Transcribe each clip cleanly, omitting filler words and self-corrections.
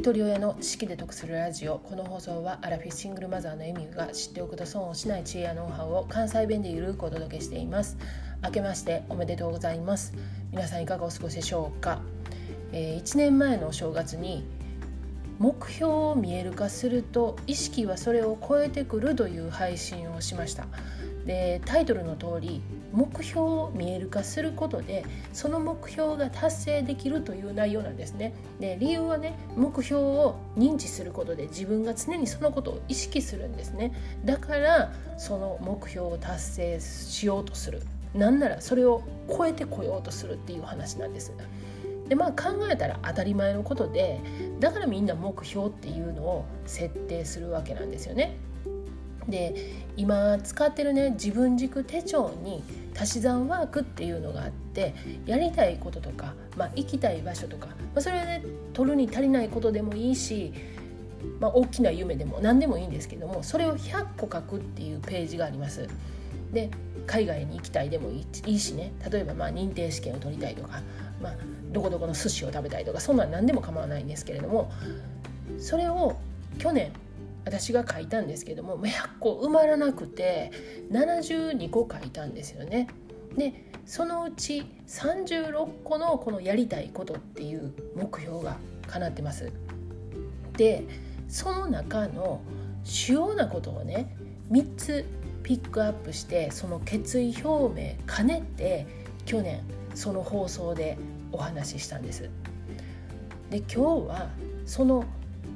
一人親の知識で得するラジオ。この放送はアラフィフシングルマザーのエミューが知っておくと損をしない知恵やノウハウを関西弁でゆるくお届けしています。明けましておめでとうございます。皆さんいかがお過ごしでしょうか。1年前のお正月に目標を見える化すると意識はそれを超えてくるという配信をしました。で、タイトルの通り目標を見える化することでその目標が達成できるという内容なんですね。で、理由はね、目標を認知することで自分が常にそのことを意識するんですね。だからその目標を達成しようとする、なんならそれを超えてこようとするっていう話なんです。で、考えたら当たり前のことで、だからみんな目標っていうのを設定するわけなんですよね。で、今使ってるね、自分軸手帳に足し算ワークっていうのがあって、やりたいこととか、行きたい場所とか、それはね、取るに足りないことでもいいし、大きな夢でも何でもいいんですけども、それを100個書くっていうページがあります。で、海外に行きたいでもいいしね、例えば認定試験を取りたいとか、どこどこの寿司を食べたいとか、そんなん何でも構わないんですけれども、それを去年私が書いたんですけども、100個埋まらなくて72個書いたんですよね。で、そのうち36個のこのやりたいことっていう目標が叶ってます。で、その中の主要なことをね、3つピックアップして、その決意表明兼ねて去年その放送でお話ししたんです。で、今日はその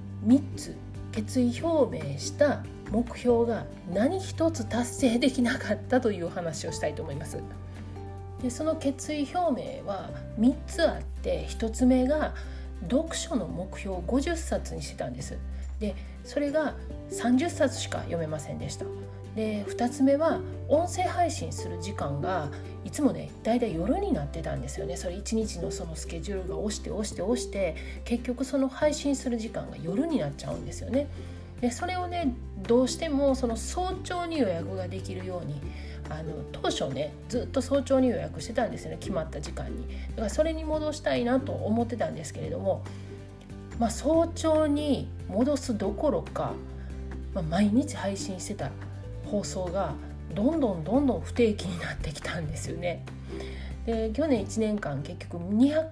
3つ決意表明した目標が何一つ達成できなかったという話をしたいと思います。で、その決意表明は3つあって、1つ目が読書の目標を50冊にしてたんです。で、それが30冊しか読めませんでした。で、2つ目は音声配信する時間がいつもね、だいたい夜になってたんですよね。それ1日のそのスケジュールが押して結局その配信する時間が夜になっちゃうんですよね。で、それをね、どうしてもその早朝に予約ができるように、当初ね、ずっと早朝に予約してたんですよね、決まった時間に。だからそれに戻したいなと思ってたんですけれども、早朝に戻すどころか、毎日配信してた放送がどんどん不定期になってきたんですよね。で、去年1年間結局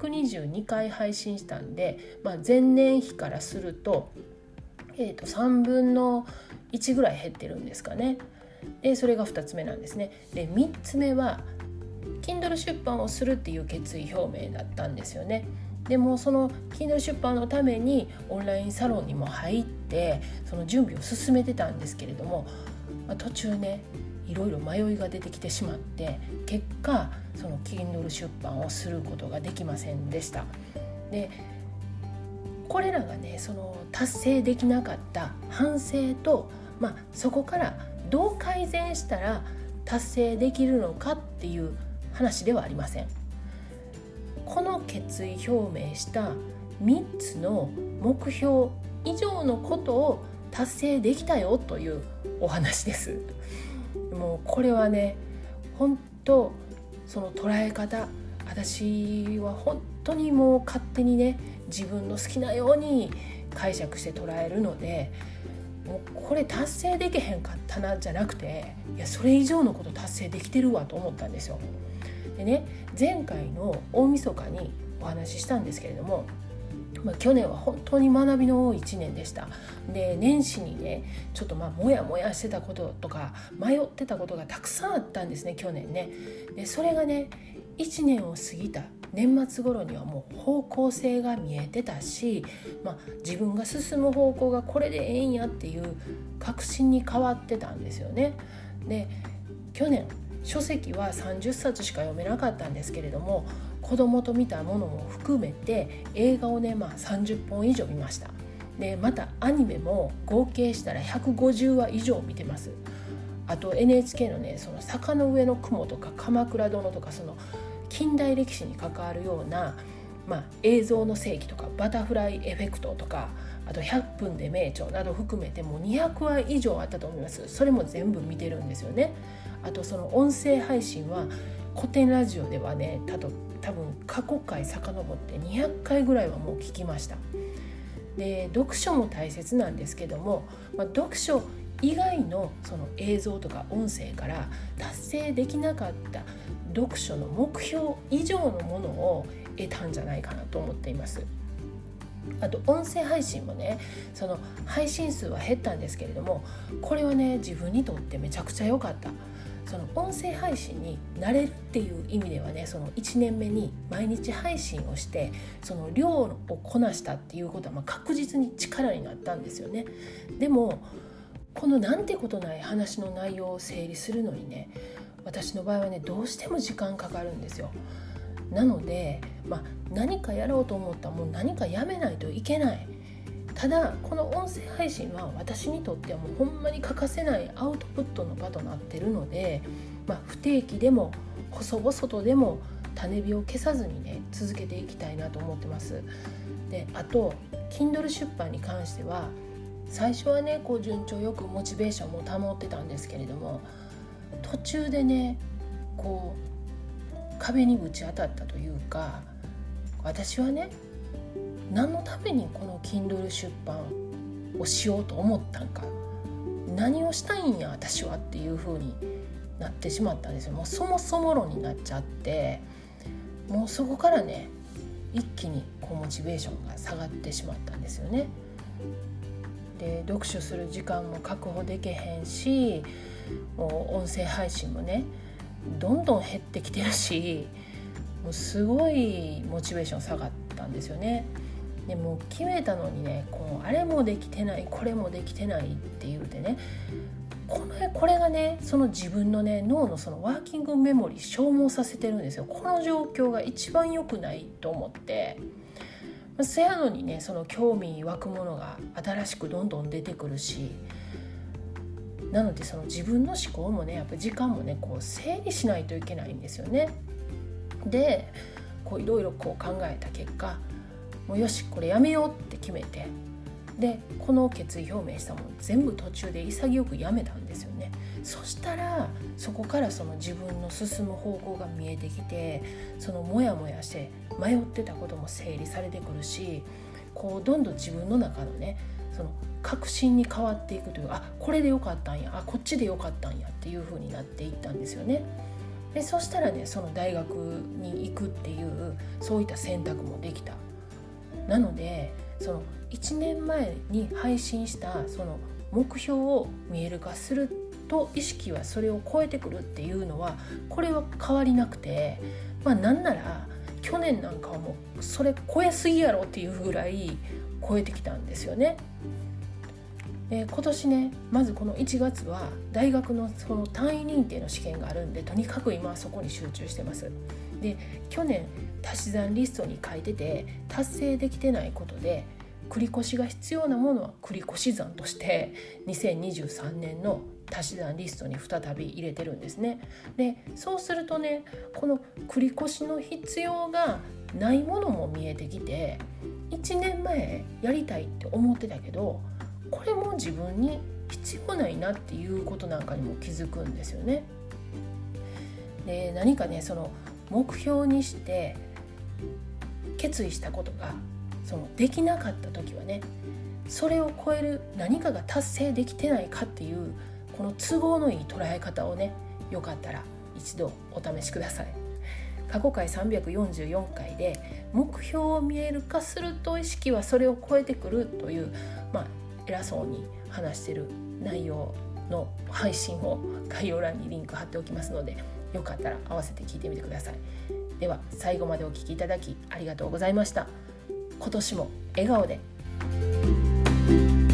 222回配信したんで、前年比からすると、3分の1ぐらい減ってるんですかね。で、それが2つ目なんですね。で、3つ目は Kindle 出版をするっていう決意表明だったんですよね。でもその Kindle 出版のためにオンラインサロンにも入ってその準備を進めてたんですけれども、途中ね、いろいろ迷いが出てきてしまって、結果その Kindle 出版をすることができませんでした。で、これらがね、その達成できなかった反省と、そこからどう改善したら達成できるのかっていう話ではありません。この決意表明した3つの目標以上のことを達成できたよというお話です。もうこれはね、本当その捉え方、私は本当にもう勝手にね、自分の好きなように解釈して捉えるので、もうこれ達成できへんかったなじゃなくて、いや、それ以上のこと達成できてるわと思ったんですよ。でね、前回の大晦日にお話ししたんですけれども、去年は本当に学びの多い1年でした。で、年始にね、ちょっとモヤモヤしてたこととか迷ってたことがたくさんあったんですね、去年ね。で、それがね、1年を過ぎた年末頃にはもう方向性が見えてたし、自分が進む方向がこれでええんやっていう確信に変わってたんですよね。で、去年書籍は30冊しか読めなかったんですけれども、子供と見たものも含めて映画をね、30本以上見ました。で、またアニメも合計したら150話以上見てます。あと NHK のね、その坂の上の雲とか鎌倉殿とか、その近代歴史に関わるような、映像の世紀とかバタフライエフェクトとか、あと100分で名著など含めてもう200話以上あったと思います。それも全部見てるんですよね。あとその音声配信は古典ラジオではね、多分過去回遡って200回ぐらいはもう聞きました。 で読書も大切なんですけども、読書以外のその映像とか音声から達成できなかった読書の目標以上のものを得たんじゃないかなと思っています。あと音声配信もね、その配信数は減ったんですけれども、これはね自分にとってめちゃくちゃ良かった。その音声配信に慣れるっていう意味ではね、その1年目に毎日配信をしてその量をこなしたっていうことは確実に力になったんですよね。でもこのなんてことない話の内容を整理するのにね、私の場合はねどうしても時間かかるんですよ。なので、何かやろうと思ったらもう何かやめないといけない。ただこの音声配信は私にとってはもうほんまに欠かせないアウトプットの場となっているので、不定期でも細々とでも種火を消さずにね続けていきたいなと思ってます。で、あと Kindle 出版に関しては最初はね順調よくモチベーションも保ってたんですけれども、途中でね壁にぶち当たったというか、私はね何のためにこの Kindle 出版をしようと思ったんか、何をしたいんや私はっていう風になってしまったんですよ。もうそもそも論になっちゃって、もうそこからね一気にモチベーションが下がってしまったんですよね。で、読書する時間も確保できへんし、もう音声配信もねどんどん減ってきてるし、もうすごいモチベーション下がったんですよね。でも決めたのにね、あれもできてないこれもできてないって言うてね、これがねその自分のね脳のそのワーキングメモリ消耗させてるんですよ。この状況が一番良くないと思って、せやのにねその興味湧くものが新しくどんどん出てくるし、なのでその自分の思考もねやっぱり時間もね整理しないといけないんですよね。でいろいろ考えた結果、もうよしこれやめようって決めて、でこの決意表明したもの全部途中で潔くやめたんですよね。そしたらそこからその自分の進む方向が見えてきて、そのモヤモヤして迷ってたことも整理されてくるし、どんどん自分の中のねその確信に変わっていくという、これでよかったんや、こっちでよかったんやっていう風になっていったんですよね。でそしたらねその大学に行くっていうそういった選択もできた。なのでその1年前に配信したその目標を見える化すると意識はそれを超えてくるっていうのは、これは変わりなくて、なんなら去年なんかはもうそれ超えすぎやろっていうぐらい超えてきたんですよね。今年ねまずこの1月は大学のその単位認定の試験があるんで、とにかく今はそこに集中してます。で去年足し算リストに書いてて達成できてないことで繰り越しが必要なものは繰り越し算として2023年の足し算リストに再び入れてるんですね。でそうするとねこの繰り越しの必要がないものも見えてきて、1年前やりたいって思ってたけどこれも自分に必要ないなっていうことなんかにも気づくんですよね。で何かねその目標にして決意したことがそのできなかった時はね、それを超える何かが達成できてないかっていうこの都合のいい捉え方をね、よかったら一度お試しください。過去回344回で目標を見える化すると意識はそれを超えてくるという、偉そうに話してる内容の配信を概要欄にリンク貼っておきますので、よかったら合わせて聞いてみてください。では最後までお聞きいただきありがとうございました。今年も笑顔で。